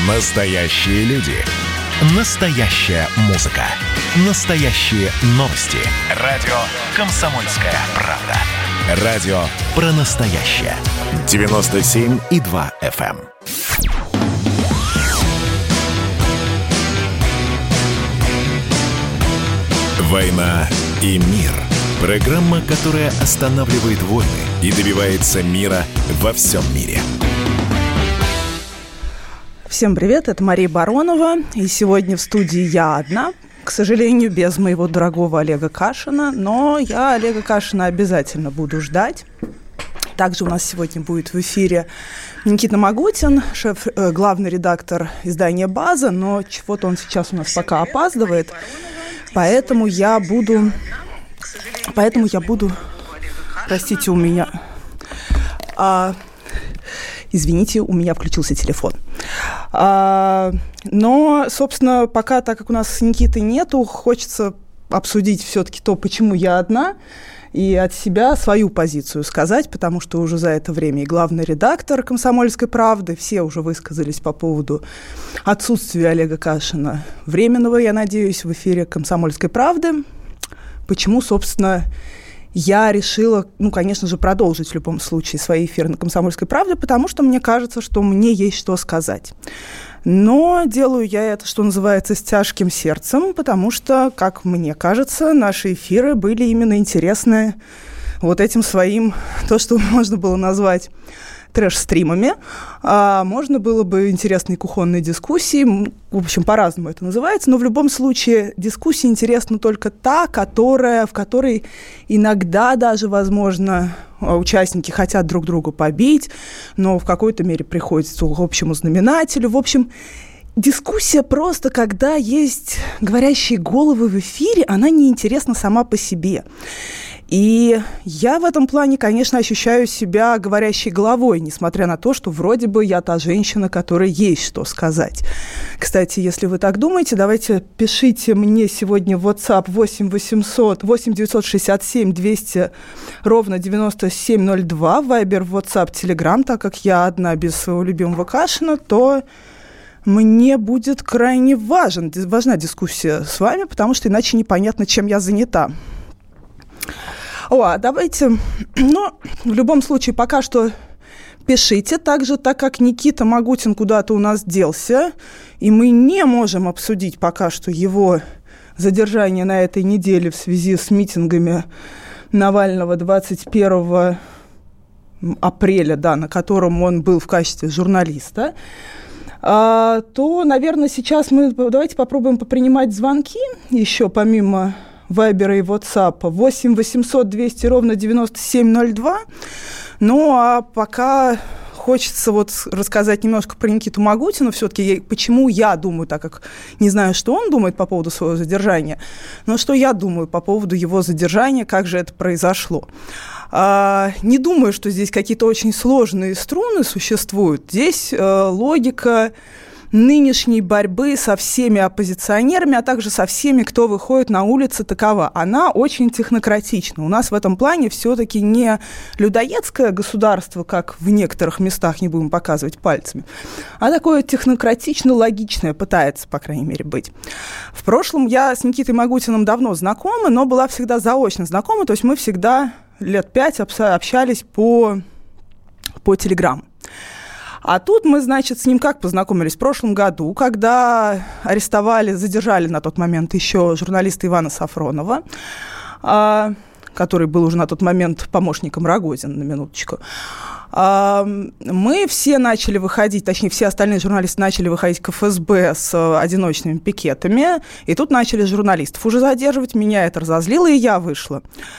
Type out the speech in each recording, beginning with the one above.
Настоящие люди. Настоящая музыка. Настоящие новости. Радио «Комсомольская правда». Радио про настоящее. 97,2 FM. «Война и мир». Программа, которая останавливает войны и добивается мира во всем мире. Всем привет, это Мария Баронова, и сегодня в студии я одна, к сожалению, без моего дорогого Олега Кашина, но я Олега Кашина обязательно буду ждать. Также у нас сегодня будет в эфире Никита Магутин, главный редактор издания «База», но чего-то он сейчас у нас пока опаздывает, поэтому я буду... Простите, у меня... Извините, у меня включился телефон. Но, собственно, пока, так как у нас с Никитой нету, хочется обсудить все-таки то, почему я одна, и от себя свою позицию сказать, потому что уже за это время и главный редактор «Комсомольской правды», все уже высказались по поводу отсутствия Олега Кашина временного, я надеюсь, в эфире «Комсомольской правды». Почему, собственно, я решила, конечно же, продолжить в любом случае свои эфиры на «Комсомольской правде», потому что мне кажется, что мне есть что сказать. Но делаю я это, что называется, с тяжким сердцем, потому что, как мне кажется, наши эфиры были именно интересны вот этим своим, то, что можно было назвать трэш-стримами. Можно было бы интересные кухонные дискуссии. В общем, по-разному это называется. Но в любом случае дискуссия интересна только та, в которой иногда даже, возможно, участники хотят друг друга побить, но в какой-то мере приходится к общему знаменателю. В общем, дискуссия просто, когда есть говорящие головы в эфире, она неинтересна сама по себе. И я в этом плане, конечно, ощущаю себя говорящей головой, несмотря на то, что вроде бы я та женщина, которой есть что сказать. Кстати, если вы так думаете, давайте пишите мне сегодня в WhatsApp 8 967 200 ровно 9702, Viber, WhatsApp, Telegram, так как я одна без своего любимого Кашина, то мне будет крайне важна дискуссия с вами, потому что иначе непонятно, чем я занята. Давайте, в любом случае, пока что пишите. Также, так как Никита Магутин куда-то у нас делся, и мы не можем обсудить пока что его задержание на этой неделе в связи с митингами Навального 21 апреля, на котором он был в качестве журналиста, то, наверное, сейчас давайте попробуем попринимать звонки еще помимо Вайбера и WhatsApp 8 800 200 ровно 9702. А пока хочется рассказать немножко про Никиту Магутина. Все-таки почему я думаю, так как не знаю, что он думает по поводу своего задержания, но что я думаю по поводу его задержания, как же это произошло. Не думаю, что здесь какие-то очень сложные струны существуют. Здесь логика нынешней борьбы со всеми оппозиционерами, а также со всеми, кто выходит на улицы, такова. Она очень технократична. У нас в этом плане все-таки не людоедское государство, как в некоторых местах, не будем показывать пальцами, а такое технократично-логичное пытается, по крайней мере, быть. В прошлом я с Никитой Магутиным давно знакома, но была всегда заочно знакома, то есть мы всегда лет 5 общались по Телеграму. А тут мы, с ним как познакомились? В прошлом году, когда задержали на тот момент еще журналиста Ивана Сафронова, который был уже на тот момент помощником Рогозина, на минуточку. Мы все начали выходить, точнее, все остальные журналисты начали выходить к ФСБ с одиночными пикетами, и тут начали журналистов уже задерживать. Меня это разозлило, и я вышла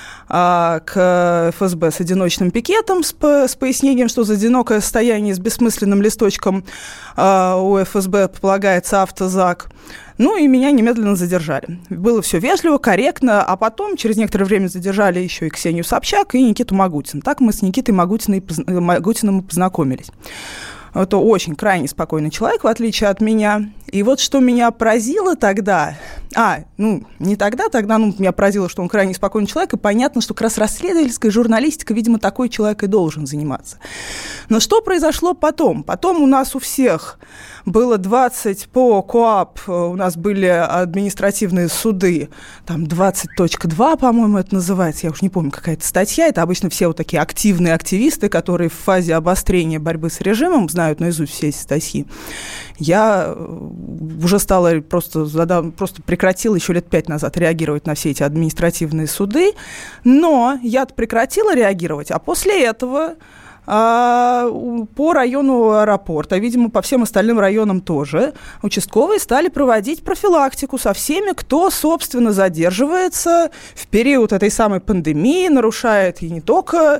к ФСБ с одиночным пикетом, с пояснением, что за одинокое состояние с бессмысленным листочком у ФСБ полагается автозак. И меня немедленно задержали. Было все вежливо, корректно, а потом через некоторое время задержали еще и Ксению Собчак, и Никиту Магутина. Так мы с Никитой Магутиным познакомились. Это очень крайне спокойный человек, в отличие от меня. И что меня поразило тогда, не тогда меня поразило, что он крайне спокойный человек, и понятно, что как раз расследовательская журналистика, видимо, такой человек и должен заниматься. Но что произошло потом? Потом у нас у всех было 20 по КоАП, у нас были административные суды, там 20.2, по-моему, это называется, я уж не помню, какая-то статья, это обычно все вот такие активные активисты, которые в фазе обострения борьбы с режимом знают наизусть все эти статьи. Я уже стала просто прекратила еще лет 5 назад реагировать на все эти административные суды, но я прекратила реагировать, а после этого по району аэропорта, видимо, по всем остальным районам тоже, участковые стали проводить профилактику со всеми, кто, собственно, задерживается в период этой самой пандемии, нарушает и не только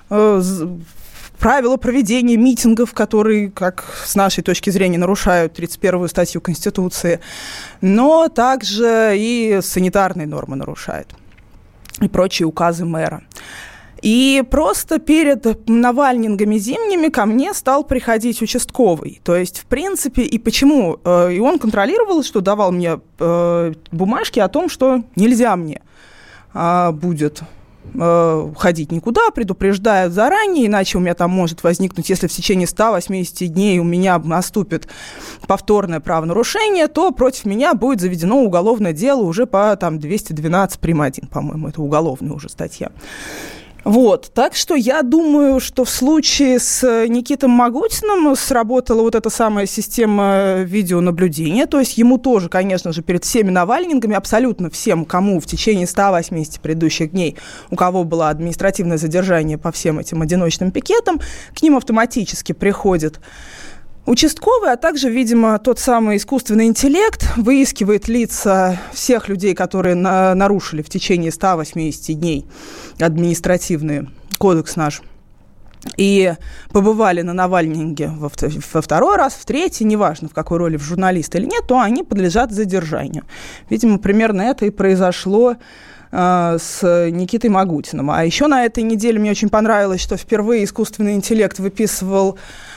правила проведения митингов, которые, как с нашей точки зрения, нарушают 31-ю статью Конституции, но также и санитарные нормы нарушают и прочие указы мэра. И просто перед навальнингами зимними ко мне стал приходить участковый. То есть, в принципе, и почему? И он контролировал, что давал мне бумажки о том, что нельзя мне будет ходить никуда, предупреждают заранее, иначе у меня там может возникнуть, если в течение 180 дней у меня наступит повторное правонарушение, то против меня будет заведено уголовное дело уже по 212 прим. 1, по-моему, это уголовная уже статья. Вот, так что я думаю, что в случае с Никитой Магутиным сработала вот эта самая система видеонаблюдения, то есть ему тоже, конечно же, перед всеми навальнингами, абсолютно всем, кому в течение 180 предыдущих дней, у кого было административное задержание по всем этим одиночным пикетам, к ним автоматически приходит участковый, а также, видимо, тот самый искусственный интеллект выискивает лица всех людей, которые нарушили в течение 180 дней административный кодекс наш и побывали на Навальнинге во второй раз, в третий, неважно, в какой роли, в журналиста или нет, то они подлежат задержанию. Видимо, примерно это и произошло с Никитой Магутиным. А еще на этой неделе мне очень понравилось, что впервые искусственный интеллект выписывал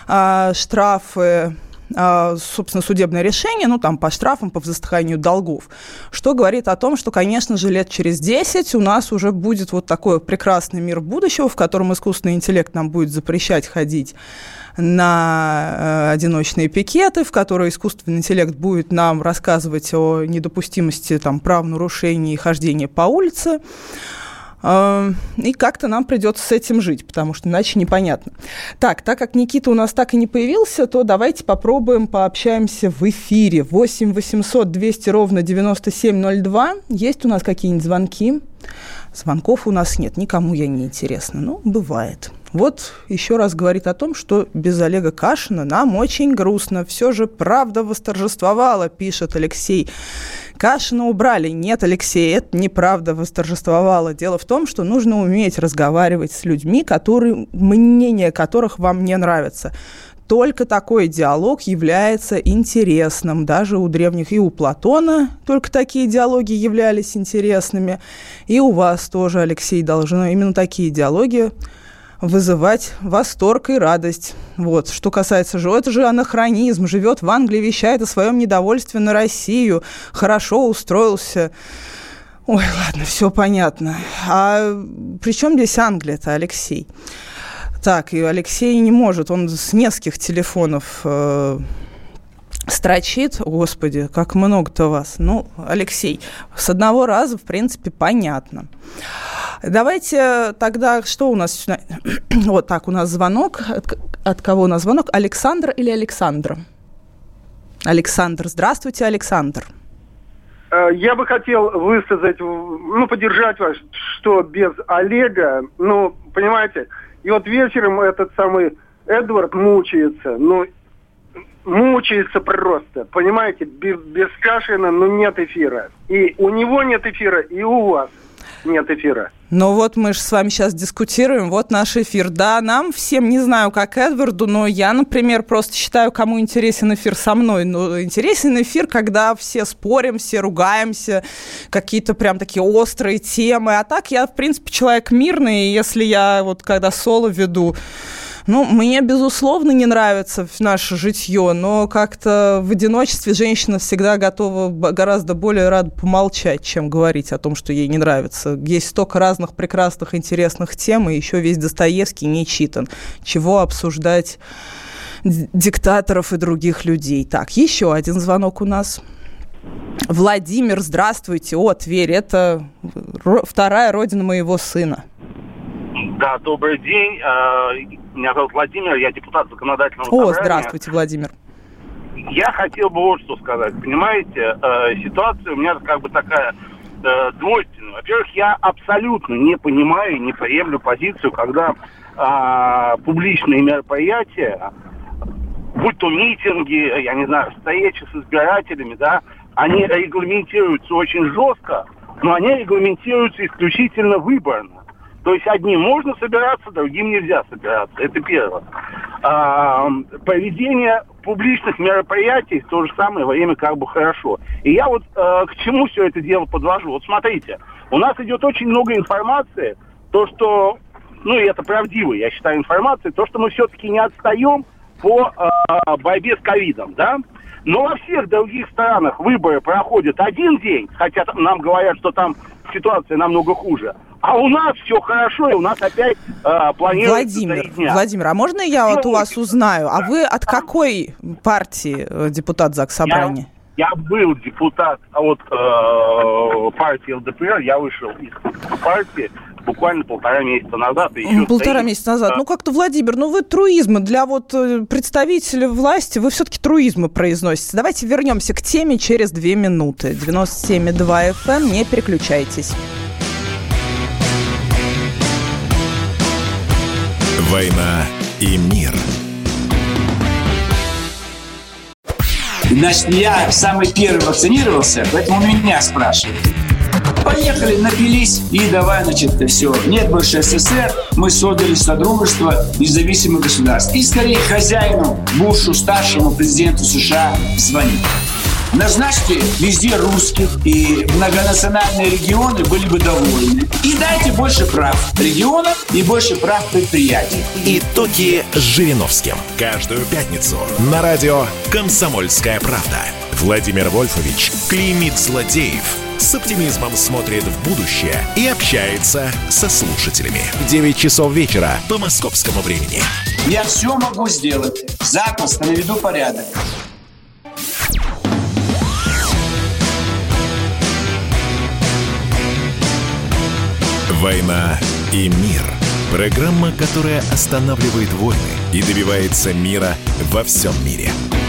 штрафы, собственно, судебное решение, по штрафам, по взысканию долгов, что говорит о том, что, конечно же, лет через 10 у нас уже будет вот такой прекрасный мир будущего, в котором искусственный интеллект нам будет запрещать ходить на одиночные пикеты, в которые искусственный интеллект будет нам рассказывать о недопустимости правонарушений и хождения по улице. И как-то нам придется с этим жить, потому что иначе непонятно. Так как Никита у нас так и не появился, то давайте попробуем пообщаемся в эфире. 8 800 200 ровно 9702. Есть у нас какие-нибудь звонки? Звонков у нас нет, никому я не интересна. Ну, бывает. Вот еще раз говорит о том, что без Олега Кашина нам очень грустно. Все же правда восторжествовала, пишет Алексей. Кашина убрали. Нет, Алексей, это неправда восторжествовало. Дело в том, что нужно уметь разговаривать с людьми, мнение которых вам не нравится. Только такой диалог является интересным. Даже у древних и у Платона только такие диалоги являлись интересными. И у вас тоже, Алексей, должны именно такие диалоги вызывать восторг и радость. Вот. Что касается это же анахронизм. Живет в Англии, вещает о своем недовольстве на Россию. Хорошо устроился. Ой, ладно, все понятно. А при чем здесь Англия-то, Алексей? Так, и Алексей не может. Он с нескольких телефонов строчит. Господи, как много-то вас. Ну, Алексей, с одного раза, в принципе, понятно. Давайте тогда, что у нас? Вот так, у нас звонок. От кого у нас звонок? Александр или Александра? Александр. Здравствуйте, Александр. Я бы хотел высказать, поддержать вас, что без Олега, понимаете, и вот вечером этот самый Эдвард мучается, мучается просто, понимаете, без Кашина, нет эфира. И у него нет эфира, и у вас нет эфира. Ну вот мы же с вами сейчас дискутируем, вот наш эфир. Да, нам всем, не знаю, как Эдварду, но я, например, просто считаю, кому интересен эфир со мной. Но интересен эфир, когда все спорим, все ругаемся, какие-то прям такие острые темы. А так я, в принципе, человек мирный, и если я когда соло веду, Ну, мне, безусловно, не нравится наше житье, но как-то в одиночестве женщина всегда готова гораздо более рада помолчать, чем говорить о том, что ей не нравится. Есть столько разных прекрасных, интересных тем, и еще весь Достоевский не читан. Чего обсуждать диктаторов и других людей? Так, еще один звонок у нас. Владимир, здравствуйте. О, Тверь, это вторая родина моего сына. Да, добрый день. Меня зовут Владимир, я депутат законодательного собрания. О, здравствуйте, Владимир. Я хотел бы вот что сказать. Понимаете, ситуация у меня как бы такая двойственная. Во-первых, я абсолютно не понимаю и не приемлю позицию, когда публичные мероприятия, будь то митинги, я не знаю, встречи с избирателями, да, они регламентируются очень жестко, но они регламентируются исключительно выборно. То есть одним можно собираться, другим нельзя собираться. Это первое. Проведение публичных мероприятий в то же самое время как бы хорошо. И я вот к чему все это дело подвожу. Вот смотрите, у нас идет очень много информации, то, что, ну и это правдиво, я считаю, информация, то, что мы все-таки не отстаем по борьбе с ковидом, да? Но во всех других странах выборы проходят один день, хотя нам говорят, что там ситуация намного хуже. А у нас все хорошо, и у нас опять планируется 3 дня. Владимир, а можно я вот у вас узнаю? А вы от какой партии депутат Заксобрания? Я был депутат от партии ЛДПР, я вышел из партии буквально 1,5 месяца назад. 1,5 месяца назад. Ну, как-то, Владимир, вы труизмы для вот представителя власти, вы все-таки труизмы произносите. Давайте вернемся к теме через 2 минуты. 97,2 FM, не переключайтесь. «Война и мир». Значит, я самый первый вакцинировался, поэтому меня спрашивают. Поехали, напились и давай, значит, все. Нет больше СССР, мы создали Содружество независимых государств. И скорее хозяину Бушу, старшему президенту США, звонить. Назначьте везде русских, и многонациональные регионы были бы довольны. И дайте больше прав регионам и больше прав предприятий. Итоги с Жириновским. Каждую пятницу на радио «Комсомольская правда». Владимир Вольфович клеймит злодеев, с оптимизмом смотрит в будущее и общается со слушателями. 9 часов вечера по московскому времени. Я все могу сделать. Запросто наведу порядок. «Война и мир». Программа, которая останавливает войны и добивается мира во всем мире.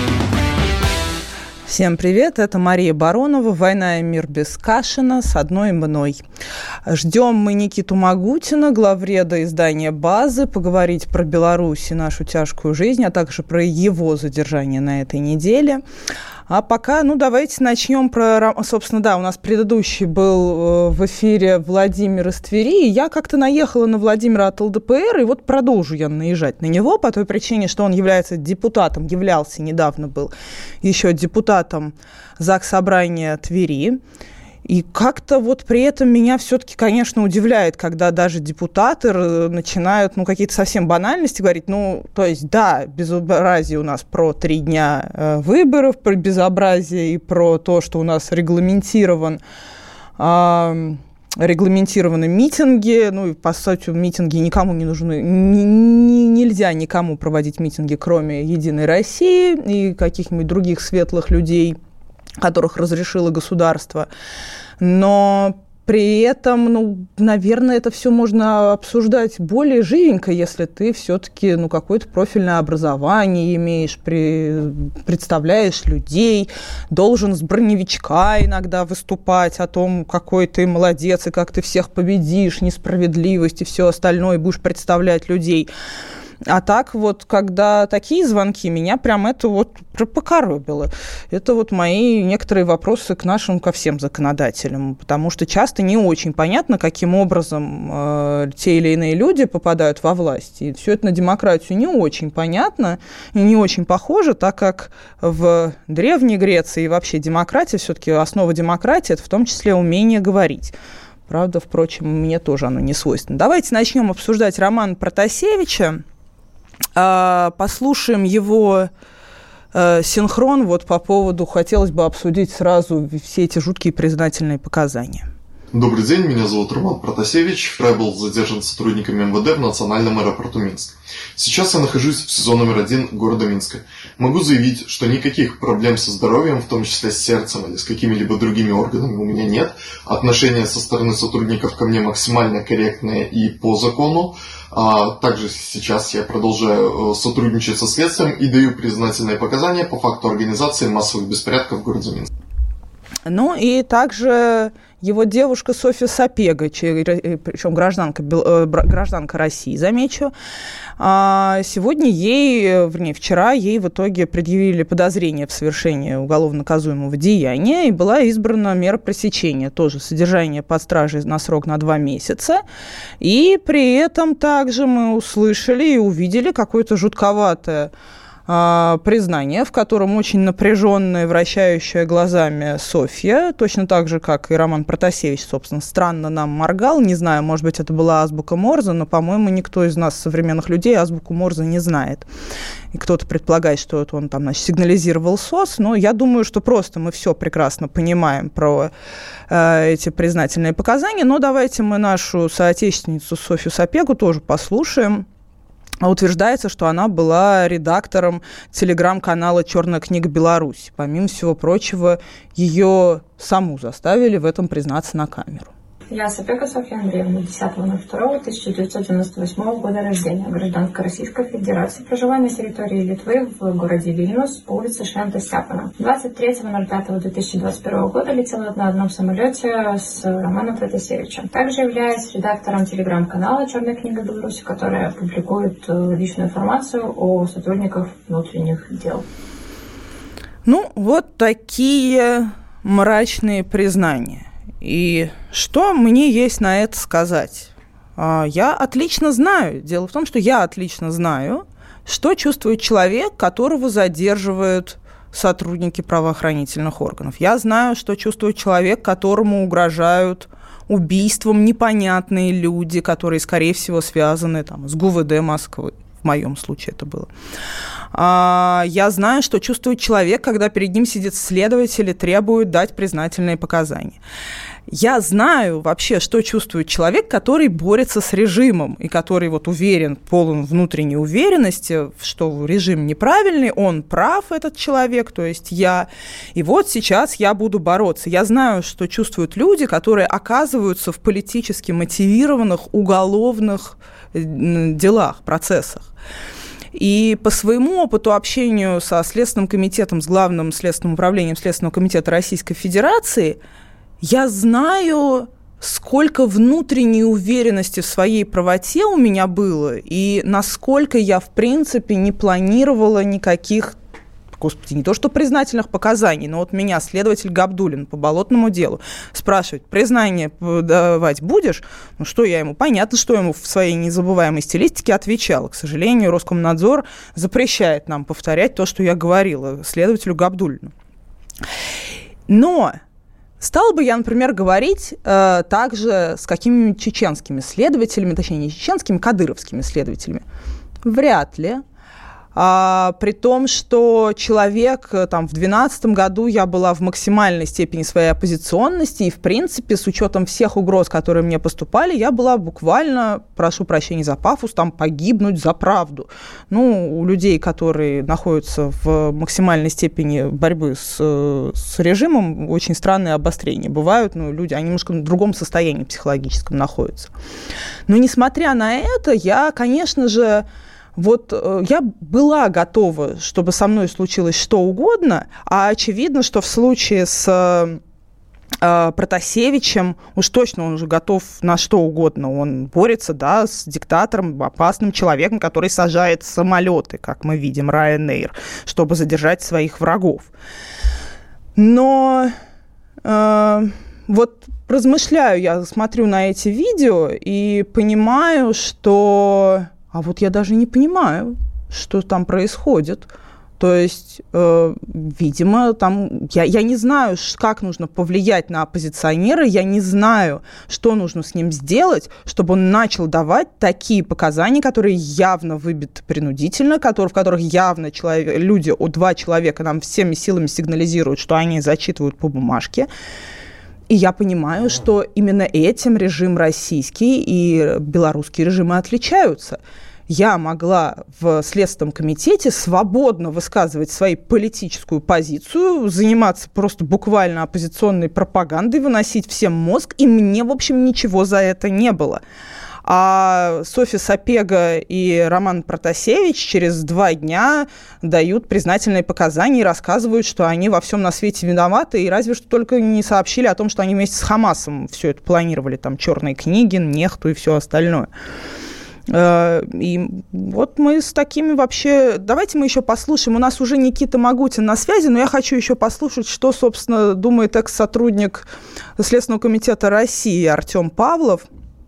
Всем привет, это Мария Баронова, «Война и мир» без Кашина, с одной мной. Ждем мы Никиту Магутина, главреда издания «Базы», поговорить про Беларусь и нашу тяжкую жизнь, а также про его задержание на этой неделе. А пока, давайте начнем про... Собственно, да, у нас предыдущий был в эфире Владимир из Твери, и я как-то наехала на Владимира от ЛДПР, и вот продолжу я наезжать на него по той причине, что он является депутатом, являлся, недавно был еще депутатом Заксобрания Твери. И как-то вот при этом меня все-таки, конечно, удивляет, когда даже депутаты начинают, какие-то совсем банальности говорить. То есть, да, безобразие у нас про 3 дня выборов, про безобразие и про то, что у нас регламентированы митинги. И, по сути, митинги никому не нужны. Нельзя никому проводить митинги, кроме «Единой России» и каких-нибудь других светлых людей, которых разрешило государство. Но при этом, наверное, это все можно обсуждать более живенько, если ты все-таки какое-то профильное образование имеешь, представляешь людей, должен с броневичка иногда выступать о том, какой ты молодец и как ты всех победишь, несправедливость и все остальное, и будешь представлять людей. А так вот, когда такие звонки, меня прям это вот покоробило. Это вот мои некоторые вопросы ко всем законодателям, потому что часто не очень понятно, каким образом те или иные люди попадают во власть. И все это на демократию не очень понятно и не очень похоже, так как в Древней Греции и вообще демократия, все-таки основа демократии – это в том числе умение говорить. Правда, впрочем, мне тоже оно не свойственно. Давайте начнем обсуждать роман Протасевича. Послушаем его синхрон вот по поводу, хотелось бы обсудить сразу все эти жуткие признательные показания. Добрый день, меня зовут Роман Протасевич. Вчера был задержан сотрудниками МВД в национальном аэропорту Минск. Сейчас я нахожусь в СИЗО номер 1 города Минска. Могу заявить, что никаких проблем со здоровьем, в том числе с сердцем или с какими-либо другими органами, у меня нет. Отношения со стороны сотрудников ко мне максимально корректные и по закону. Также сейчас я продолжаю сотрудничать со следствием и даю признательные показания по факту организации массовых беспорядков в городе Минск. Ну и также его девушка Софья Сапега, причем гражданка России, замечу, сегодня вчера ей в итоге предъявили подозрение в совершении уголовно наказуемого деяния, и была избрана мера пресечения, тоже содержание под стражей на срок на 2 месяца. И при этом также мы услышали и увидели какое-то жутковатое признание, в котором очень напряженная, вращающая глазами Софья, точно так же, как и Роман Протасевич, собственно, странно нам моргал. Не знаю, может быть, это была азбука Морзе, но, по-моему, никто из нас, современных людей, азбуку Морзе не знает. И кто-то предполагает, что это он там, значит, сигнализировал СОС, но я думаю, что просто мы все прекрасно понимаем про эти признательные показания. Но давайте мы нашу соотечественницу Софью Сапегу тоже послушаем. Утверждается, что она была редактором телеграм-канала «Черная книга Беларусь». Помимо всего прочего, ее саму заставили в этом признаться на камеру. Я Сапега Софья Андреевна, 10.02.1998 года рождения, гражданка Российской Федерации, проживаю на территории Литвы в городе Вильнюс по улице Швента Степана. 23.05.2021 года летела на одном самолете с Романом Протасевичем. Также являюсь редактором телеграм-канала «Черная книга Беларуси», которая публикует личную информацию о сотрудниках внутренних дел. Ну, вот такие мрачные признания. И что мне есть на это сказать? Я отлично знаю, дело в том, что я отлично знаю, что чувствует человек, которого задерживают сотрудники правоохранительных органов. Я знаю, что чувствует человек, которому угрожают убийством непонятные люди, которые, скорее всего, связаны там, с ГУВД Москвы. В моем случае это было. Я знаю, что чувствует человек, когда перед ним сидит следователь и требует дать признательные показания. Я знаю вообще, что чувствует человек, который борется с режимом и который вот уверен, полон внутренней уверенности, что режим неправильный, он прав, этот человек, то есть я. И вот сейчас я буду бороться. Я знаю, что чувствуют люди, которые оказываются в политически мотивированных уголовных делах, процессах. И по своему опыту общению со Следственным комитетом, с Главным следственным управлением Следственного комитета Российской Федерации, я знаю, сколько внутренней уверенности в своей правоте у меня было, и насколько я, в принципе, не планировала никаких, господи, не то что признательных показаний, но вот меня следователь Габдуллин по болотному делу спрашивает, признание давать будешь? Ну что я ему? Понятно, что ему в своей незабываемой стилистике отвечала. К сожалению, Роскомнадзор запрещает нам повторять то, что я говорила следователю Габдуллину. Но стала бы я, например, говорить также с какими-нибудь чеченскими следователями, точнее, не чеченскими, кадыровскими следователями? Вряд ли. При том, что человек, там, в 2012 году я была в максимальной степени своей оппозиционности, и, в принципе, с учетом всех угроз, которые мне поступали, я была буквально, прошу прощения за пафос, там, погибнуть за правду. Ну, у людей, которые находятся в максимальной степени борьбы с режимом, очень странные обострения бывают, ну, люди, они немножко в другом состоянии психологическом находятся. Но, несмотря на это, я, конечно же, вот я была готова, чтобы со мной случилось что угодно, а очевидно, что в случае с Протасевичем уж точно он уже готов на что угодно. Он борется, да, с диктатором, опасным человеком, который сажает самолеты, как мы видим, Ryanair, чтобы задержать своих врагов. Но вот размышляю, я смотрю на эти видео и понимаю, что... А вот я даже не понимаю, что там происходит. То То есть, видимо, там... Я не знаю, как нужно повлиять на оппозиционера, я не знаю, что нужно с ним сделать, чтобы он начал давать такие показания, которые явно выбиты принудительно, в которых явно два человека нам всеми силами сигнализируют, что они зачитывают по бумажке. И я понимаю, что именно этим режим российский и белорусский режимы отличаются. Я могла в Следственном комитете свободно высказывать свою политическую позицию, заниматься просто буквально оппозиционной пропагандой, выносить всем мозг, и мне, в общем, ничего за это не было. А Софья Сапега и Роман Протасевич через 2 дня дают признательные показания и рассказывают, что они во всем на свете виноваты, и разве что только не сообщили о том, что они вместе с Хамасом все это планировали, там, черные книги, нехту и все остальное. И вот мы с такими вообще... Давайте мы еще послушаем. У нас уже Никита Магутин на связи, но я хочу еще послушать, что, собственно, думает экс-сотрудник Следственного комитета России Артем Павлов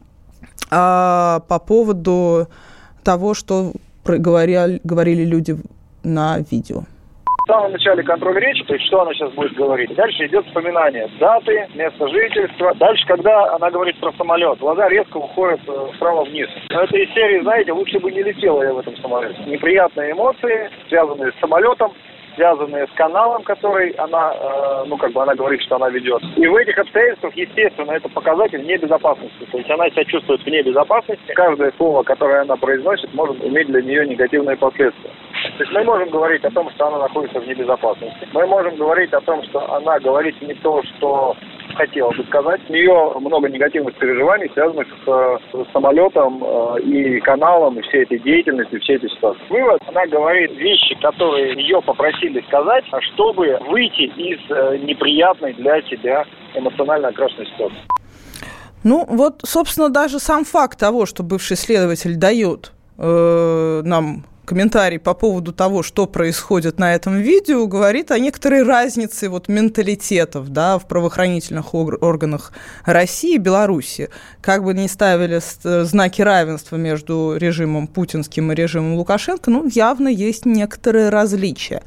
по поводу того, что говорили люди на видео. В самом начале контроль речи, то есть что она сейчас будет говорить. Дальше идет вспоминание даты, места жительства. Дальше, когда она говорит про самолет, глаза резко уходят вправо-вниз. Но это из серии, знаете, лучше бы не летела я в этом самолете. Неприятные эмоции, связанные с самолетом, связанные с каналом, который она, она говорит, что она ведет. И в этих обстоятельствах, естественно, это показатель небезопасности. То есть она себя чувствует вне безопасности. Каждое слово, которое она произносит, может иметь для нее негативные последствия. То есть мы можем говорить о том, что она находится в небезопасности. Мы можем говорить о том, что она говорит не то, что хотела бы сказать. У нее много негативных переживаний, связанных с самолетом и каналом, и всей этой деятельностью, всей этой ситуации. Вывод, она говорит вещи, которые ее попросили сказать, чтобы выйти из неприятной для себя эмоционально окрашенной ситуации. Ну, вот, собственно, даже сам факт того, что бывший следователь дает нам комментарий по поводу того, что происходит на этом видео, говорит о некоторой разнице менталитетов, да, в правоохранительных органах России и Беларуси. Как бы ни ставили знаки равенства между режимом путинским и режимом Лукашенко, явно есть некоторые различия.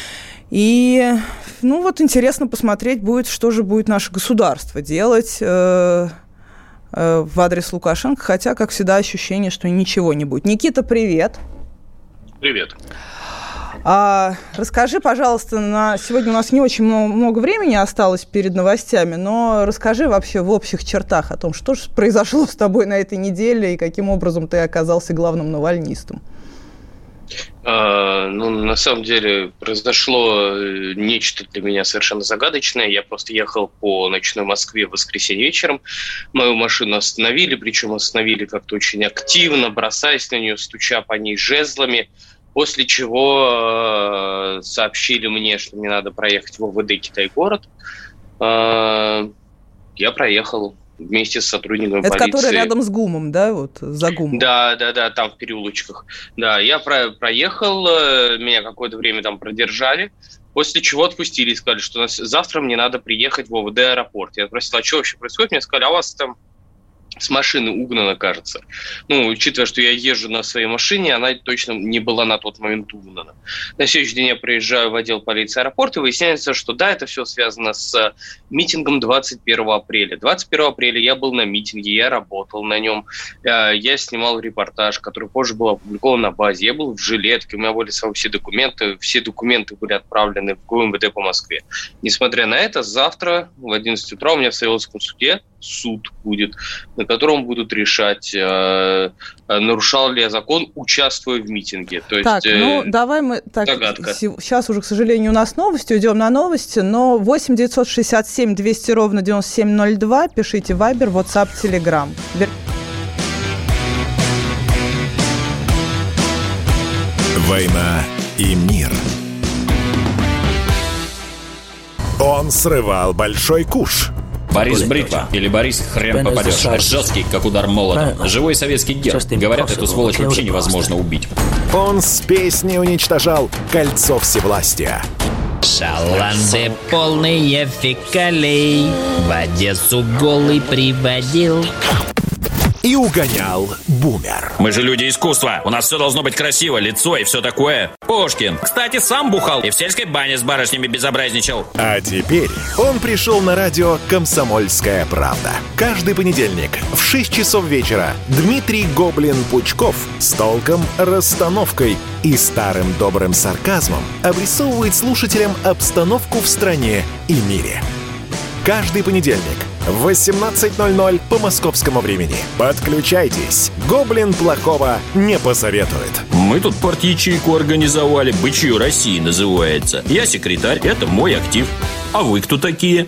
И, интересно посмотреть будет, что же будет наше государство делать в адрес Лукашенко, хотя, как всегда, ощущение, что ничего не будет. Никита, привет. Привет. Расскажи, пожалуйста, сегодня у нас не очень много времени осталось перед новостями, но расскажи вообще в общих чертах о том, что же произошло с тобой на этой неделе и каким образом ты оказался главным навальнистом. На самом деле произошло нечто для меня совершенно загадочное. Я просто ехал по ночной Москве в воскресенье вечером. Мою машину остановили, причем остановили как-то очень активно, бросаясь на нее, стуча по ней жезлами. После чего сообщили мне, что мне надо проехать в ОВД Китай-город. Я проехал вместе с сотрудниками полиции. Это который рядом с ГУМом, да, вот за ГУМом? Да, там в переулочках. Да, я проехал, меня какое-то время там продержали, после чего отпустили и сказали, что завтра мне надо приехать в ОВД аэропорт. Я спросил, а что вообще происходит? Мне сказали, а у вас там с машины угнана, кажется. Учитывая, что я езжу на своей машине, она точно не была на тот момент угнана. На следующий день я приезжаю в отдел полиции аэропорта, и выясняется, что да, это все связано с митингом 21 апреля. 21 апреля я был на митинге, я работал на нем, я снимал репортаж, который позже был опубликован на базе. Я был в жилетке, у меня были все документы были отправлены в ГУМВД по Москве. Несмотря на это, завтра в 11 утра у меня в Савеловском суде суд будет, на котором будут решать, нарушал ли я закон, участвуя в митинге. То так, есть, давай мы... Так, загадка. Сейчас уже, к сожалению, у нас новости, идем на новости, но 8 967 200 ровно 9702, пишите Viber, WhatsApp, Telegram. «Война и мир». Он срывал большой куш. Борис Бритва или Борис хрен попадешь. Жесткий, как удар молотом. Живой советский герб. Говорят, эту сволочь вообще невозможно убить. Он с песней уничтожал кольцо всевластия. Шаланды полные фекалей в Одессу голый приводил. и угонял бумер. Мы же люди искусства. У нас все должно быть красиво, лицо и все такое. Пушкин. Кстати, сам бухал и в сельской бане с барышнями безобразничал. А теперь он пришел на радио «Комсомольская правда». Каждый понедельник в 6 часов вечера Дмитрий Гоблин-Пучков с толком, расстановкой и старым добрым сарказмом обрисовывает слушателям обстановку в стране и мире. Каждый понедельник в 18:00 по московскому времени. Подключайтесь. Гоблин плохого не посоветует. Мы тут парт-ячейку организовали, «Бычье России» называется. Я секретарь, это мой актив. А вы кто такие?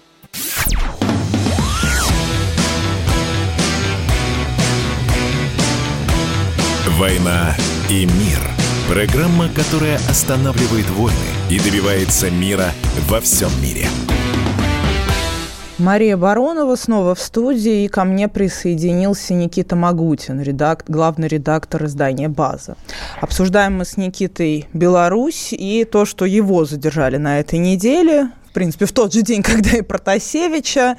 «Война и мир». Программа, которая останавливает войны и добивается мира во всем мире. Мария Баронова снова в студии, и ко мне присоединился Никита Магутин, главный редактор издания «База». Обсуждаем мы с Никитой Беларусь и то, что его задержали на этой неделе, в принципе, в тот же день, когда и Протасевича.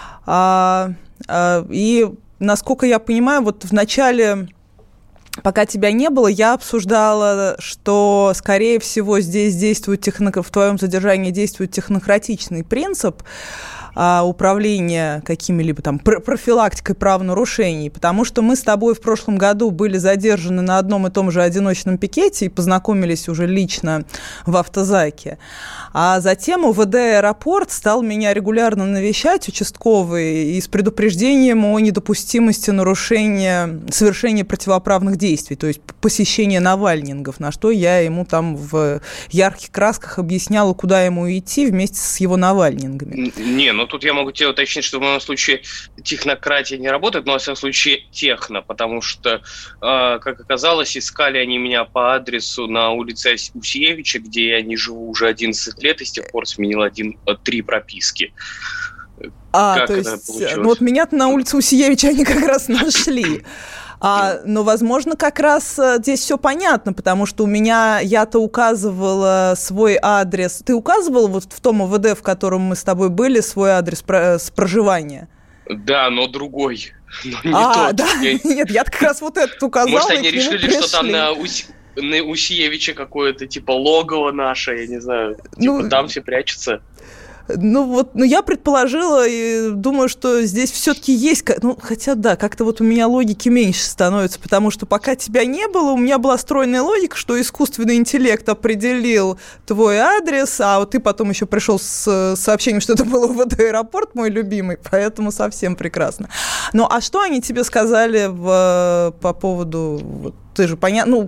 И, насколько я понимаю, вот в начале... Пока тебя не было, я обсуждала, что, скорее всего, здесь действует в твоем задержании действует технократичный принцип управления какими-либо там профилактикой правонарушений, потому что мы с тобой в прошлом году были задержаны на одном и том же одиночном пикете и познакомились уже лично в автозаке. А затем УВД «Аэропорт» стал меня регулярно навещать, участковый, и с предупреждением о недопустимости совершения противоправных действий, то есть посещения навальнингов, на что я ему там в ярких красках объясняла, куда ему идти вместе с его навальнингами. Но тут я могу тебе уточнить, что в моем случае технократия не работает, но во всяком случае техно, потому что, как оказалось, искали они меня по адресу на улице Усиевича, где я не живу уже 11 лет и с тех пор сменил 3 прописки. То есть, вот меня-то на улице Усиевича они как раз нашли. Но, возможно, как раз здесь все понятно, потому что я-то указывала свой адрес. Ты указывала вот в том ОВД, в котором мы с тобой были, свой адрес с проживания? Да, но другой. Но не тот. Да? Нет, я как раз вот этот указала. Может, они решили, что там на Усиевича какое-то, типа, логово наше, я не знаю, там все прячутся. Я предположила и думаю, что здесь все-таки есть... хотя да, как-то вот у меня логики меньше становится, потому что пока тебя не было, у меня была стройная логика, что искусственный интеллект определил твой адрес, а вот ты потом еще пришел с сообщением, что это был УВД «Аэропорт», мой любимый, поэтому совсем прекрасно. А что они тебе сказали по поводу... Ты же понятно...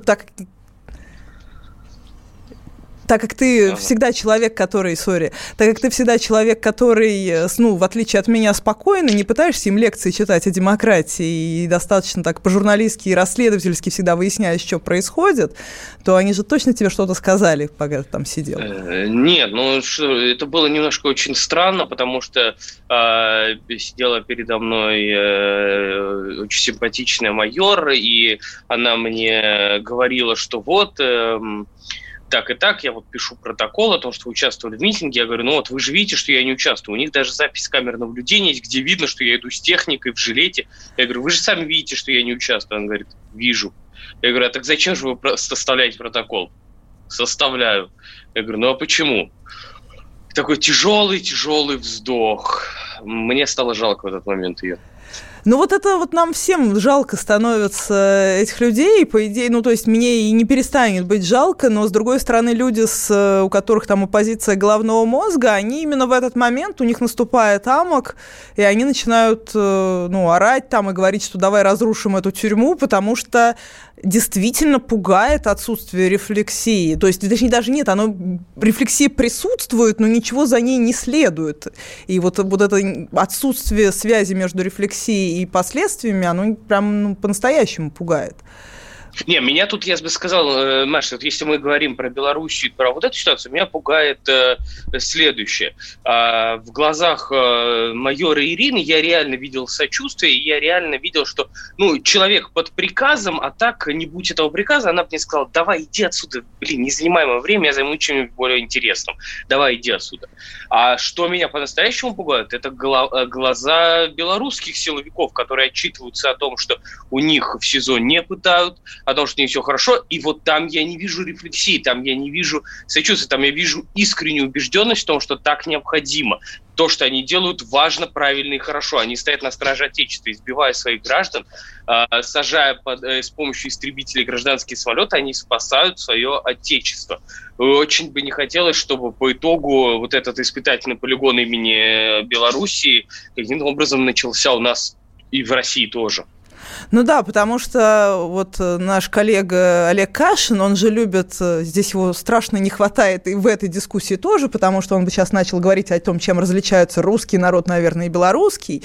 Так как ты всегда человек, который, в отличие от меня, спокойно, не пытаешься им лекции читать о демократии и достаточно так по-журналистски и расследовательски всегда выясняешь, что происходит, то они же точно тебе что-то сказали, пока ты там сидел. Нет, это было немножко очень странно, потому что сидела передо мной очень симпатичная майор, и она мне говорила, что так и так, я пишу протокол о том, что вы участвовали в митинге. Я говорю, вы же видите, что я не участвую. У них даже запись камер наблюдения есть, где видно, что я иду с техникой в жилете. Я говорю, вы же сами видите, что я не участвую. Он говорит, вижу. Я говорю, так зачем же вы составляете протокол? Составляю. Я говорю, а почему? Такой тяжелый вздох. Мне стало жалко в этот момент ее. Нам всем жалко становится этих людей, по идее, то есть мне и не перестанет быть жалко, но, с другой стороны, люди, у которых там оппозиция головного мозга, они именно в этот момент, у них наступает амок, и они начинают, орать там и говорить, что давай разрушим эту тюрьму, потому что действительно пугает отсутствие рефлексии. То есть, точнее, даже нет, рефлексия присутствует, но ничего за ней не следует. И вот это отсутствие связи между рефлексией и последствиями, оно прям по-настоящему пугает. Не, меня тут, я бы сказал, Маша, вот если мы говорим про Белоруссию, про вот эту ситуацию, меня пугает следующее. В глазах майора Ирины я реально видел сочувствие, и я реально видел, что человек под приказом, а так, не будь этого приказа, она бы мне сказала: давай, иди отсюда, не занимай мое время, я займусь чем-нибудь более интересным. Давай, иди отсюда. А что меня по-настоящему пугает, это глаза белорусских силовиков, которые отчитываются о том, что у них в СИЗО не пытают, о том, что не все хорошо, и вот там я не вижу рефлексии, там я не вижу сочувствия, там я вижу искреннюю убежденность в том, что так необходимо. То, что они делают, важно, правильно и хорошо. Они стоят на страже Отечества, избивая своих граждан, сажая с помощью истребителей гражданские самолеты, они спасают свое Отечество. Очень бы не хотелось, чтобы по итогу вот этот испытательный полигон имени Белоруссии каким-то образом начался у нас и в России тоже. Ну да, потому что вот наш коллега Олег Кашин, он же любит, здесь его страшно не хватает и в этой дискуссии тоже, потому что он бы сейчас начал говорить о том, чем различаются русский народ, наверное, и белорусский,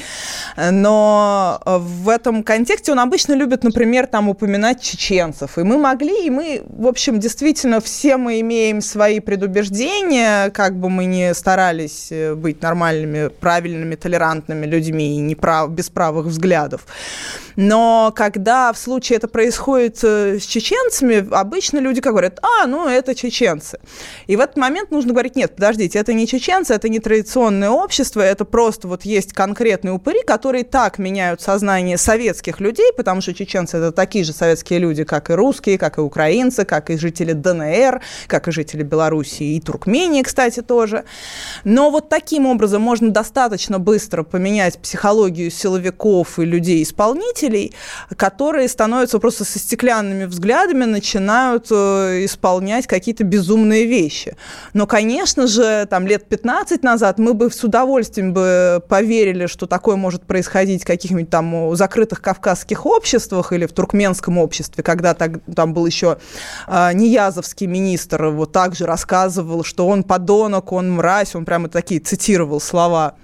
но в этом контексте он обычно любит, например, там упоминать чеченцев, и мы, в общем, действительно, все мы имеем свои предубеждения, как бы мы ни старались быть нормальными, правильными, толерантными людьми и без правых взглядов. Но когда в случае это происходит с чеченцами, обычно люди как говорят: это чеченцы. И в этот момент нужно говорить: нет, подождите, это не чеченцы, это не традиционное общество, это просто вот есть конкретные упыри, которые так меняют сознание советских людей, потому что чеченцы – это такие же советские люди, как и русские, как и украинцы, как и жители ДНР, как и жители Белоруссии и Туркмении, кстати, тоже. Но вот таким образом можно достаточно быстро поменять психологию силовиков и людей-исполнителей, которые становятся просто со стеклянными взглядами, начинают исполнять какие-то безумные вещи. Но, конечно же, там лет 15 назад мы бы с удовольствием бы поверили, что такое может происходить в каких-нибудь там закрытых кавказских обществах или в туркменском обществе, когда там был еще Ниязовский министр, вот также рассказывал, что он подонок, он мразь, он прямо такие цитировал слова.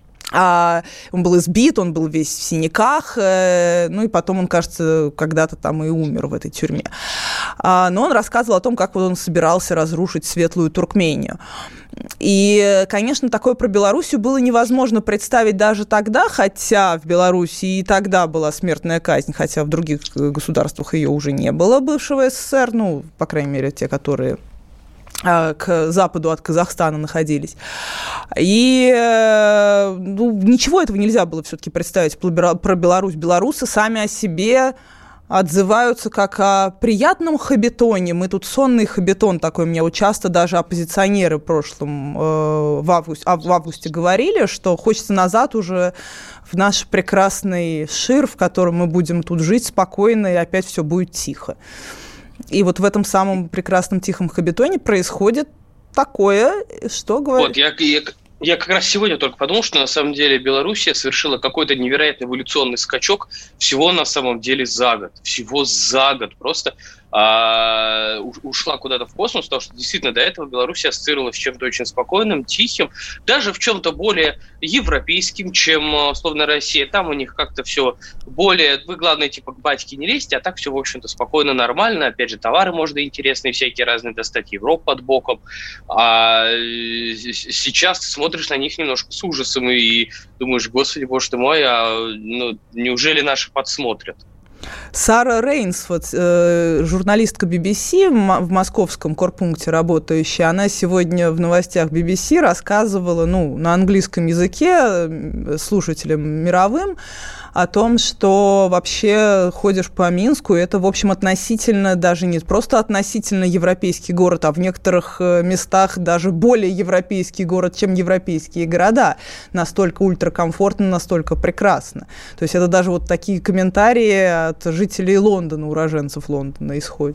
Он был избит, он был весь в синяках, и потом он, кажется, когда-то там и умер в этой тюрьме. Но он рассказывал о том, как он собирался разрушить светлую Туркмению. И, конечно, такое про Белоруссию было невозможно представить даже тогда, хотя в Белоруссии и тогда была смертная казнь, хотя в других государствах ее уже не было, бывшего СССР, по крайней мере, те, которые к западу от Казахстана находились. И ничего этого нельзя было все-таки представить про Беларусь. Белорусы сами о себе отзываются как о приятном хоббитоне. Мы тут сонный хоббитон такой. Мне вот часто даже оппозиционеры в прошлом, в августе говорили, что хочется назад уже в наш прекрасный Шир, в котором мы будем тут жить спокойно, и опять все будет тихо. И вот в этом самом прекрасном тихом хоббитоне происходит такое, что говорит... Вот, я как раз сегодня только подумал, что на самом деле Белоруссия совершила какой-то невероятный эволюционный скачок всего на самом деле за год. Всего за год. Просто ушла куда-то в космос, потому что действительно до этого Беларусь ассоциировалась с чем-то очень спокойным, тихим, даже в чем-то более европейским, чем, условно, Россия. Там у них как-то все более... Вы, главное, к батьке не лезьте, а так все, в общем-то, спокойно, нормально. Опять же, товары можно интересные всякие разные достать, Европа под боком. А сейчас ты смотришь на них немножко с ужасом и думаешь: господи, боже ты мой, неужели наши подсмотрят? Сара Рейнсфорд, журналистка BBC в московском корпункте работающая, она сегодня в новостях BBC рассказывала, на английском языке слушателям мировым о том, что вообще ходишь по Минску, и это, в общем, относительно, даже не просто относительно европейский город, а в некоторых местах даже более европейский город, чем европейские города. Настолько ультракомфортно, настолько прекрасно. То есть это даже вот такие комментарии от жителей Лондона, уроженцев Лондона исходят.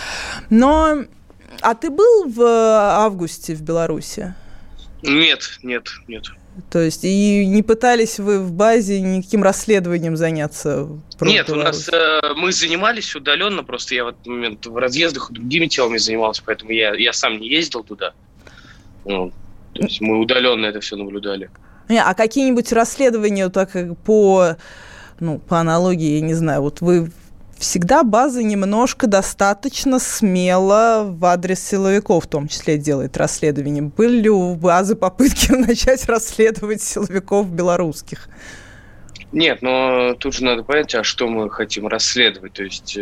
А ты был в августе в Беларуси? Нет. То есть и не пытались вы в базе никаким расследованием заняться? Нет, мы занимались удаленно, просто я в этот момент в разъездах другими темами занимался, поэтому я сам не ездил туда. То есть мы удаленно это все наблюдали. А какие-нибудь расследования так по аналогии, я не знаю, вот вы всегда база немножко достаточно смело в адрес силовиков, в том числе, делает расследование. Были ли у базы попытки начать расследовать силовиков белорусских? Нет, но тут же надо понять, а что мы хотим расследовать. То есть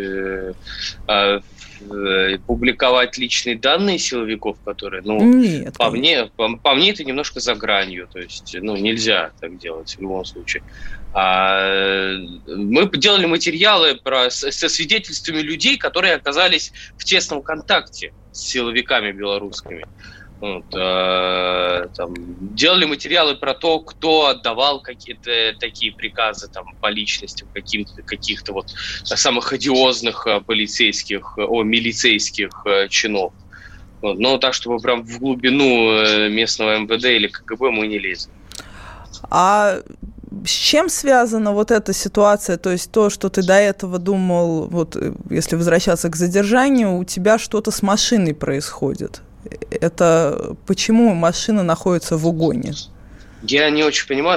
публиковать личные данные силовиков, которые, Нет, по мне это немножко за гранью. То есть, нельзя так делать в любом случае. Мы делали материалы со свидетельствами людей, которые оказались в тесном контакте с силовиками белорусскими. Делали материалы про то, кто отдавал какие-то такие приказы по личностям каких-то самых одиозных милицейских чинов. Но так, чтобы прям в глубину местного МВД или КГБ мы не лезем. А с чем связана вот эта ситуация? То есть то, что ты до этого думал, если возвращаться к задержанию, у тебя что-то с машиной происходит. Это почему машина находится в угоне? Я не очень понимаю.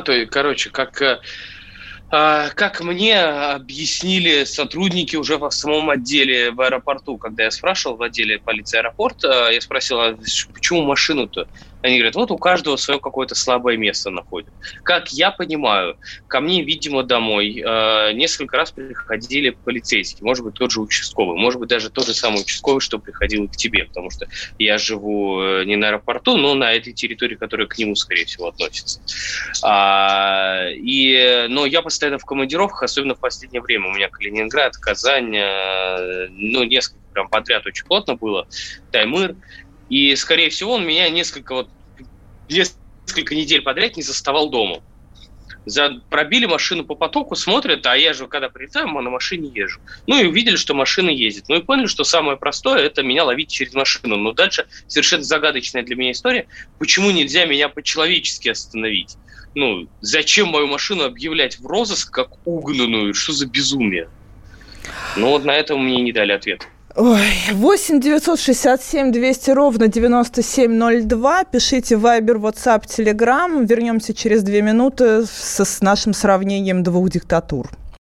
Как мне объяснили сотрудники уже в самом отделе в аэропорту, когда я спрашивал в отделе полиции аэропорта, я спросил, почему машину-то? Они говорят, у каждого свое какое-то слабое место находит. Как я понимаю, ко мне, видимо, домой несколько раз приходили полицейские, может быть, тот же участковый, может быть, даже тот же самый участковый, что приходил и к тебе, потому что я живу не на аэропорту, но на этой территории, которая к нему, скорее всего, относится. Но я постоянно в командировках, особенно в последнее время. У меня Калининград, Казань, несколько прям подряд очень плотно было, Таймыр. И, скорее всего, он меня несколько недель подряд не заставал дома. Пробили машину по потоку, смотрят, а я же, когда прилетаю, на машине езжу. И увидели, что машина ездит. И поняли, что самое простое – это меня ловить через машину. Но дальше совершенно загадочная для меня история. Почему нельзя меня по-человечески остановить? Зачем мою машину объявлять в розыск как угнанную? Что за безумие? На это мне не дали ответ. 8 967 200 ровно 9702. Пишите в Viber, WhatsApp, Telegram. Вернемся через 2 минуты с нашим сравнением двух диктатур.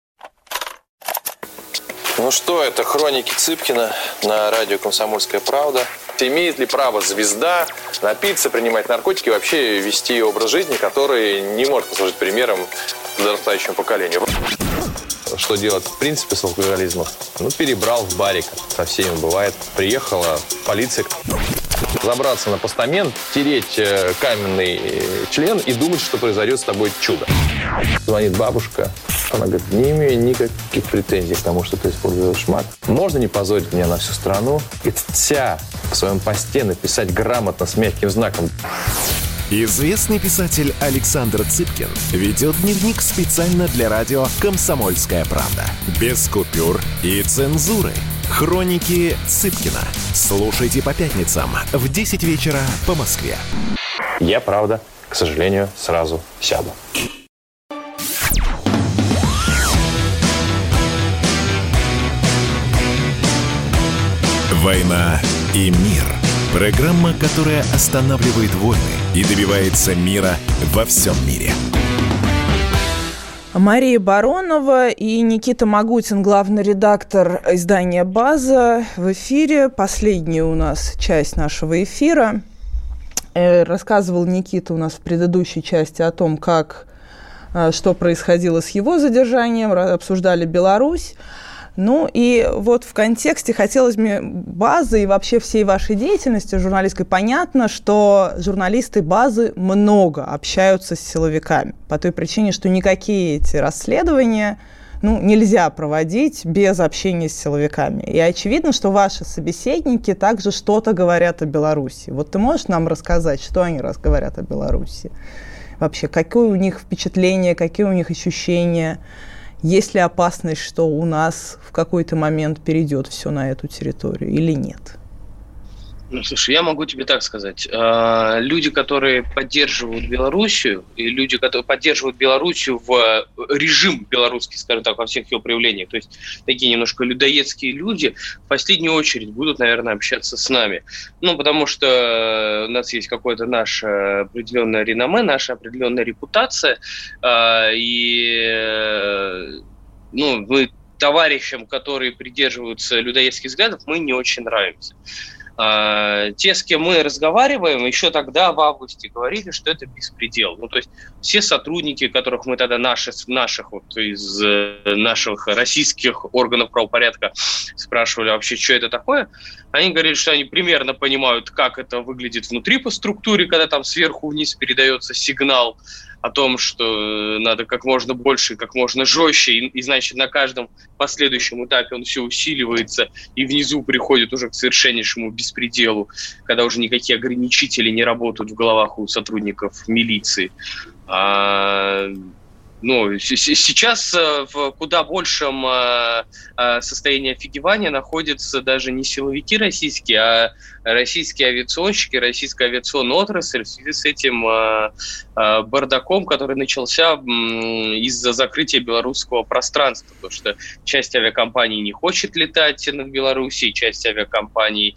Это хроники Цыпкина на радио «Комсомольская правда». Имеет ли право звезда напиться, принимать наркотики и вообще вести образ жизни, который не может послужить примером подрастающему поколению? Что делать в принципе с алкоголизмом? Перебрал в барик, со всеми бывает. Приехала полиция. Забраться на постамент, тереть каменный член и думать, что произойдет с тобой чудо. Звонит бабушка. Она говорит, не имею никаких претензий к тому, что ты используешь мат. Можно не позорить меня на всю страну и вся в своем посте написать грамотно с мягким знаком. Известный писатель Александр Цыпкин ведет дневник специально для радио «Комсомольская правда». Без купюр и цензуры. Хроники Цыпкина. Слушайте по пятницам в 10 вечера по Москве. Я, правда, к сожалению, сразу сяду. «Война и мир». Программа, которая останавливает войны и добивается мира во всем мире. Мария Баронова и Никита Магутин, главный редактор издания «База», в эфире. Последняя у нас часть нашего эфира. Рассказывал Никита у нас в предыдущей части о том, что происходило с его задержанием, обсуждали Беларусь. И в контексте хотелось мне «Базы» и вообще всей вашей деятельности журналистской понятно, что журналисты «Базы» много общаются с силовиками по той причине, что никакие эти расследования нельзя проводить без общения с силовиками. И очевидно, что ваши собеседники также что-то говорят о Беларуси. Ты можешь нам рассказать, что они говорят о Беларуси? Вообще, какое у них впечатление, какие у них ощущения? Есть ли опасность, что у нас в какой-то момент перейдет все на эту территорию или нет? Слушай, я могу тебе так сказать. Люди, которые поддерживают Белоруссию, и люди, которые поддерживают Белоруссию в режим белорусский, скажем так, во всех его проявлениях, то есть такие немножко людоедские люди, в последнюю очередь будут, наверное, общаться с нами. Потому что у нас есть какое-то наше определенное реноме, наша определенная репутация, и мы товарищам, которые придерживаются людоедских взглядов, мы не очень нравимся. Те, с кем мы разговариваем, еще тогда в августе говорили, что это беспредел. Ну, то есть все сотрудники, которых мы тогда из наших российских органов правопорядка спрашивали вообще, что это такое, они говорили, что они примерно понимают, как это выглядит внутри по структуре, когда там сверху вниз передается сигнал о том, что надо как можно больше, как можно жестче, и значит, на каждом последующем этапе он все усиливается, и внизу приходит уже к совершеннейшему беспределу, когда уже никакие ограничители не работают в головах у сотрудников милиции. Сейчас в куда большем состоянии офигевания находятся даже не силовики российские, а российские авиационщики, российская авиационная отрасль в связи с этим бардаком, который начался из-за закрытия белорусского пространства, потому что часть авиакомпаний не хочет летать над Белоруссией, часть авиакомпаний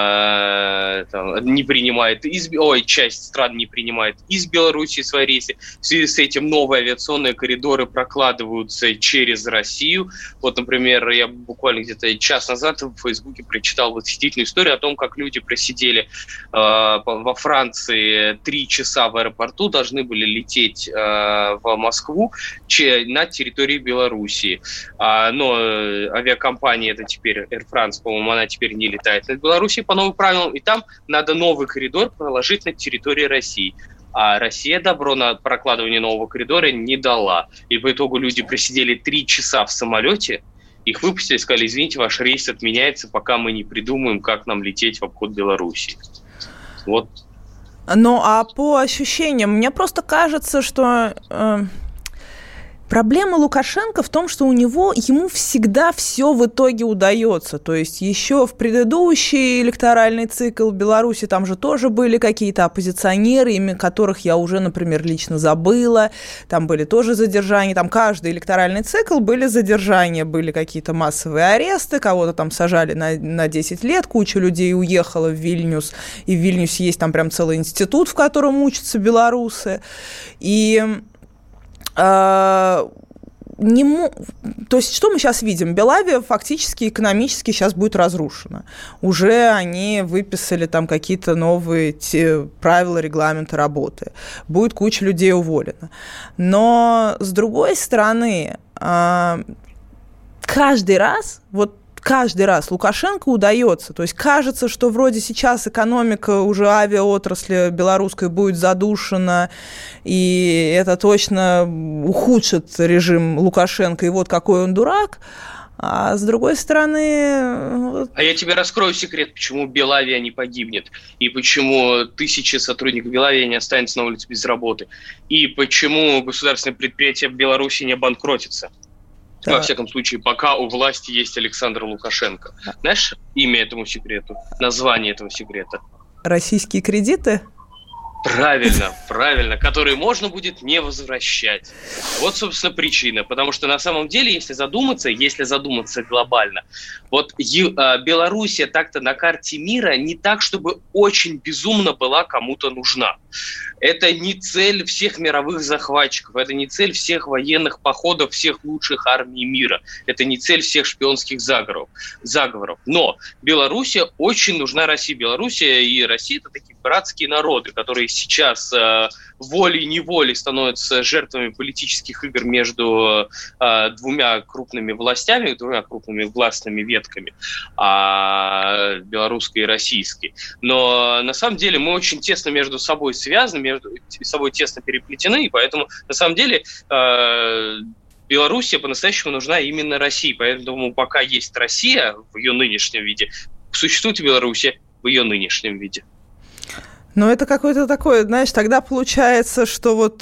часть стран не принимает из Белоруссии свои рейсы. В связи с этим новые авиационные коридоры прокладываются через Россию. Вот, например, я буквально где-то час назад в Фейсбуке прочитал восхитительную историю о том, как люди просидели во Франции 3 часа в аэропорту, должны были лететь в Москву на территории Белоруссии. Но авиакомпания, это теперь Air France, по-моему, она теперь не летает над Белоруссией по новым правилам, и там надо новый коридор проложить на территории России. А Россия добро на прокладывание нового коридора не дала. И по итогу люди просидели 3 часа в самолете, их выпустили, сказали, извините, ваш рейс отменяется, пока мы не придумаем, как нам лететь в обход Беларуси. Вот. Ну, а по ощущениям, мне просто кажется, что проблема Лукашенко в том, что ему всегда все в итоге удается. То есть еще в предыдущий электоральный цикл в Беларуси там же тоже были какие-то оппозиционеры, имя которых я уже, например, лично забыла. Там были тоже задержания. Там каждый электоральный цикл были задержания, были какие-то массовые аресты, кого-то там сажали на 10 лет, куча людей уехала в Вильнюс, и в Вильнюсе есть там прям целый институт, в котором учатся белорусы. И то есть, что мы сейчас видим? Белавия фактически экономически сейчас будет разрушена. Уже они выписали там какие-то новые правила, регламенты работы. Будет куча людей уволена. Но, с другой стороны, каждый раз Лукашенко удается. То есть кажется, что вроде сейчас экономика уже авиаотрасли белорусской будет задушена, и это точно ухудшит режим Лукашенко, и вот какой он дурак. А с другой стороны... А я тебе раскрою секрет, почему Белавия не погибнет, и почему 1000 сотрудников Белавии не останутся на улице без работы, и почему государственное предприятие в Беларуси не обанкротится. Да. Во всяком случае, пока у власти есть Александр Лукашенко. Знаешь имя этому секрету? Название этого секрета? Российские кредиты? Правильно, которые можно будет не возвращать. Вот, собственно, причина. Потому что на самом деле, если задуматься глобально, вот Белоруссия так-то на карте мира не так, чтобы очень безумно была кому-то нужна. Это не цель всех мировых захватчиков, это не цель всех военных походов, всех лучших армий мира, это не цель всех шпионских заговоров. Но Белоруссия очень нужна России. Белоруссия и Россия – это такие братские народы, которые сейчас волей-неволей становятся жертвами политических игр между двумя крупными властями, двумя крупными властными ветками, белорусской и российской. Но на самом деле мы очень тесно между собой связаны, между собой тесно переплетены, и поэтому на самом деле Белоруссия по-настоящему нужна именно России. Поэтому пока есть Россия в ее нынешнем виде, существует Белоруссия в ее нынешнем виде. Но это какое-то такое, знаешь, тогда получается, что вот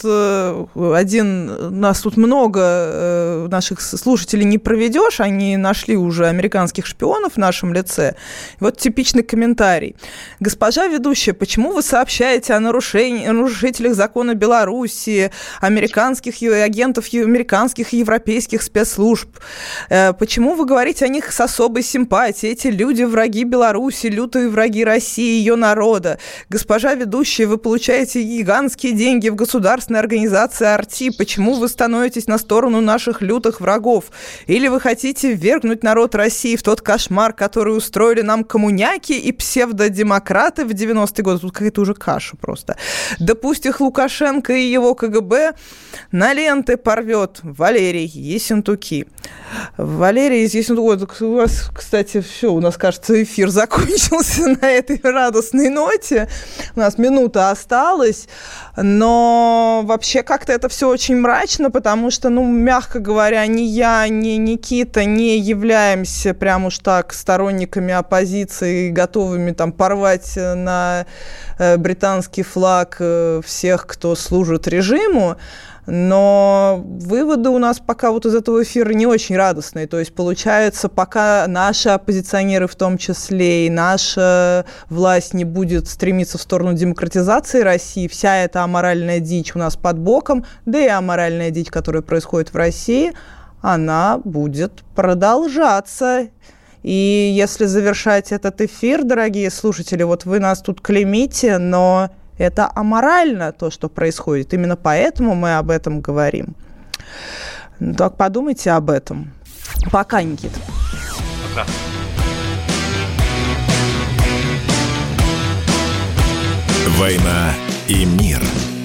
нас тут много наших слушателей не проведешь, они нашли уже американских шпионов в нашем лице. Вот типичный комментарий. Госпожа ведущая, почему вы сообщаете о нарушителях закона Белоруссии, американских агентов, американских и европейских спецслужб? Почему вы говорите о них с особой симпатией? Эти люди враги Беларуси, лютые враги России, ее народа. Госпожа госпожа ведущая, вы получаете гигантские деньги в государственной организации «Арти». Почему вы становитесь на сторону наших лютых врагов? Или вы хотите ввергнуть народ России в тот кошмар, который устроили нам коммуняки и псевдодемократы в 90-е годы? Тут какая-то уже каша просто. Да пусть их Лукашенко и его КГБ на ленты порвет. Валерий Ессентуки. Валерий из Ессентуки. У вас, кстати, все, у нас, кажется, эфир закончился на этой радостной ноте. У нас минута осталась, но вообще как-то это все очень мрачно, потому что, мягко говоря, ни я, ни Никита не являемся прям уж так сторонниками оппозиции, готовыми там порвать на британский флаг всех, кто служит режиму. Но выводы у нас пока вот из этого эфира не очень радостные. То есть, получается, пока наши оппозиционеры в том числе и наша власть не будет стремиться в сторону демократизации России, вся эта аморальная дичь у нас под боком, да и аморальная дичь, которая происходит в России, она будет продолжаться. И если завершать этот эфир, дорогие слушатели, вот вы нас тут клеймите, но это аморально, то, что происходит. Именно поэтому мы об этом говорим. Так подумайте об этом. Пока, Никита. Пока. «Война и мир».